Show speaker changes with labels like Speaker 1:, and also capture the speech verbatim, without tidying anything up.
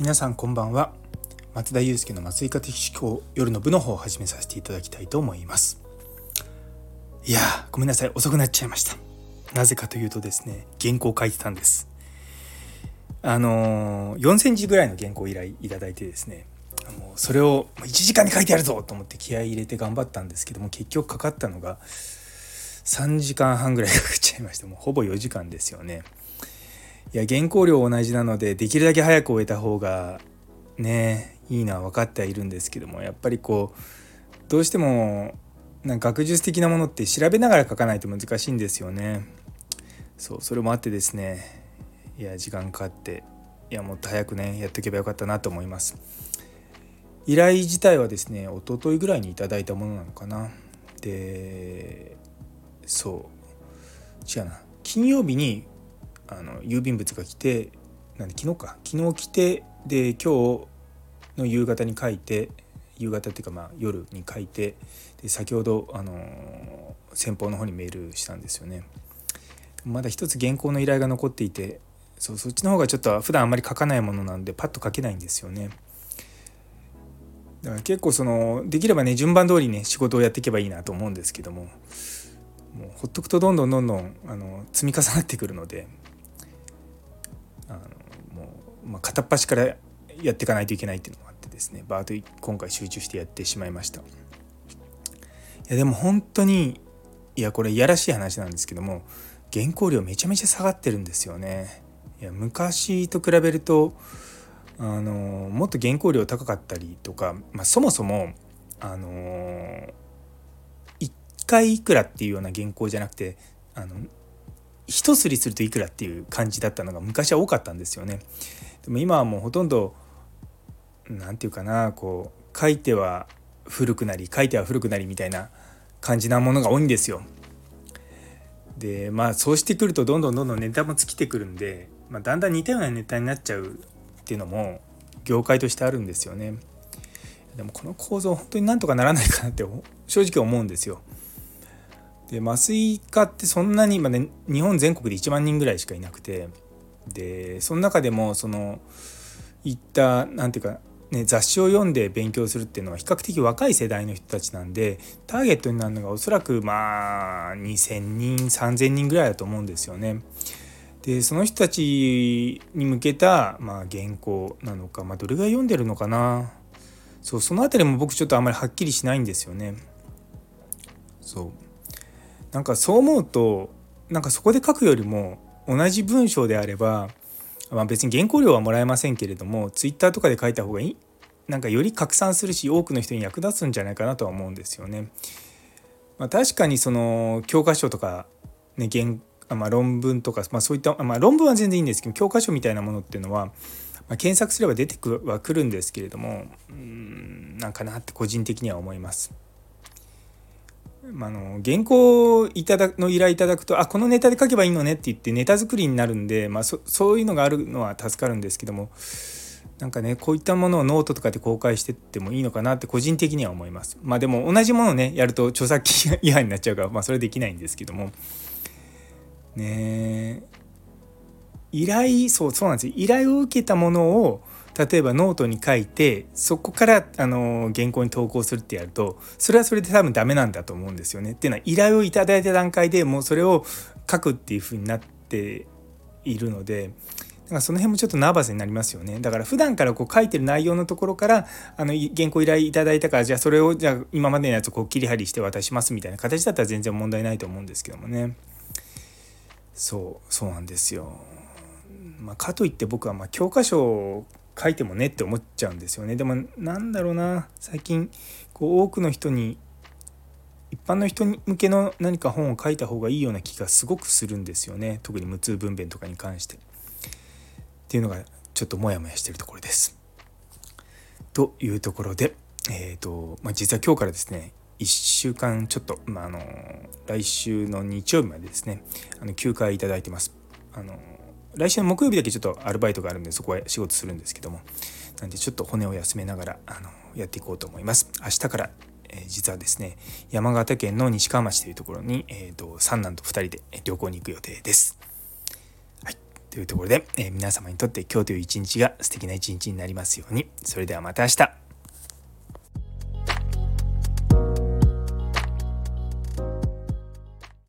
Speaker 1: 皆さんこんばんは。松田祐介の松井家的思考夜の部の方を始めさせていただきたいと思います。いやーごめんなさい、遅くなっちゃいました。なぜかというとですね、原稿を書いてたんです。あのー、よんセンチぐらいの原稿依頼いただいてですね、もうそれをいちじかんで書いてやるぞと思って気合い入れて頑張ったんですけども、結局かかったのがさんじかんはんぐらいかかっちゃいました。もうほぼよじかんですよね。いや原稿料同じなのでできるだけ早く終えた方がねいいのは分かってはいるんですけども、やっぱりこうどうしてもなんか学術的なものって調べながら書かないと難しいんですよね。そうそれもあってですね、いや時間かかって、いやもっと早くねやっておけばよかったなと思います。依頼自体はですね一昨日ぐらいにいただいたものなのかな。でそう違うな金曜日にあの郵便物が来て、なんで昨日か昨日来て、で今日の夕方に書いて、夕方っていうかまあ夜に書いて、で先ほどあの先方の方にメールしたんですよね。まだ一つ原稿の依頼が残っていて、そうそっちの方がちょっと普段あんまり書かないものなんでパッと書けないんですよね。だから結構そのできればね順番通りね仕事をやっていけばいいなと思うんですけども、もうほっとくとどんどんどんどんあの積み重なってくるので、あのもう、まあ、片っ端からやっていかないといけないっていうのもあってですね、バーッと今回集中してやってしまいました。いやでも本当にいやこれいやらしい話なんですけども、原稿料めちゃめちゃ下がってるんですよね。いや昔と比べるとあのもっと原稿料高かったりとか、まあ、そもそもあのいっかいいくらっていうような原稿じゃなくて、あの一すりするといくらっていう感じだったのが昔は多かったんですよね。でも今はもうほとんどなんていうかな、こう書いては古くなり書いては古くなりみたいな感じなものが多いんですよ。でまあそうしてくるとどんどんどんどんネタも尽きてくるんで、まあ、だんだん似たようなネタになっちゃうっていうのも業界としてあるんですよね。でもこの構造本当になんとかならないかなって正直思うんですよ。で麻酔科ってそんなに今ね日本全国でいちまんにんぐらいしかいなくて、でその中でもそのいったなんていうかね、雑誌を読んで勉強するっていうのは比較的若い世代の人たちなんで、ターゲットになるのがおそらくまあにせんにんさんぜんにんぐらいだと思うんですよね。でその人たちに向けた、まあ、原稿なのか、まあ、どれぐらい読んでるのかな。そうそのあたりも僕ちょっとあんまりはっきりしないんですよね。そうなんかそう思うと、なんかそこで書くよりも同じ文章であれば、まあ、別に原稿料はもらえませんけれどもツイッターとかで書いた方がいい、なんかより拡散するし多くの人に役立つんじゃないかなとは思うんですよね。まあ、確かにその教科書とか、ね、原まあ、論文とか、まあ、そういった、まあ、論文は全然いいんですけど教科書みたいなものっていうのは、まあ、検索すれば出てくはくるんですけれども、うーんなんかなって個人的には思います。あの原稿いただの依頼いただくと、あこのネタで書けばいいのねって言ってネタ作りになるんで、まあ、そ, そういうのがあるのは助かるんですけども、なんかねこういったものをノートとかで公開してってもいいのかなって個人的には思います。まあでも同じものをねやると著作権違反になっちゃうから、まあ、それできないんですけどもね。依頼そうそうなんですよ。依頼を受けたものを例えばノートに書いてそこからあの原稿に投稿するってやると、それはそれで多分ダメなんだと思うんですよね。っていうのは依頼をいただいた段階でもうそれを書くっていう風になっているので、だからその辺もちょっとナーバスになりますよね。だから普段からこう書いてる内容のところからあの原稿依頼いただいたから、じゃあそれをじゃあ今までのやつをこう切り張りして渡しますみたいな形だったら全然問題ないと思うんですけどもね。そうそうなんですよ。まあ、かといって僕はまあ教科書を書いてもねって思っちゃうんですよね。でもなんだろうな、最近こう多くの人に一般の人向けの何か本を書いた方がいいような気がすごくするんですよね。特に無痛分娩とかに関してっていうのがちょっとモヤモヤしているところです。というところで、えーとまあ、実は今日からですねいっしゅうかんちょっと、まあ、あの来週の日曜日までですねあの休暇いただいてます。あの来週の木曜日だけちょっとアルバイトがあるんでそこは仕事するんですけども、なんでちょっと骨を休めながらあのやっていこうと思います。明日から、えー、実はですね山形県の西川町というところに、えーと、三男とふたりで旅行に行く予定です。はい、 というところで、えー、皆様にとって今日という一日が素敵な一日になりますように。それではまた明日。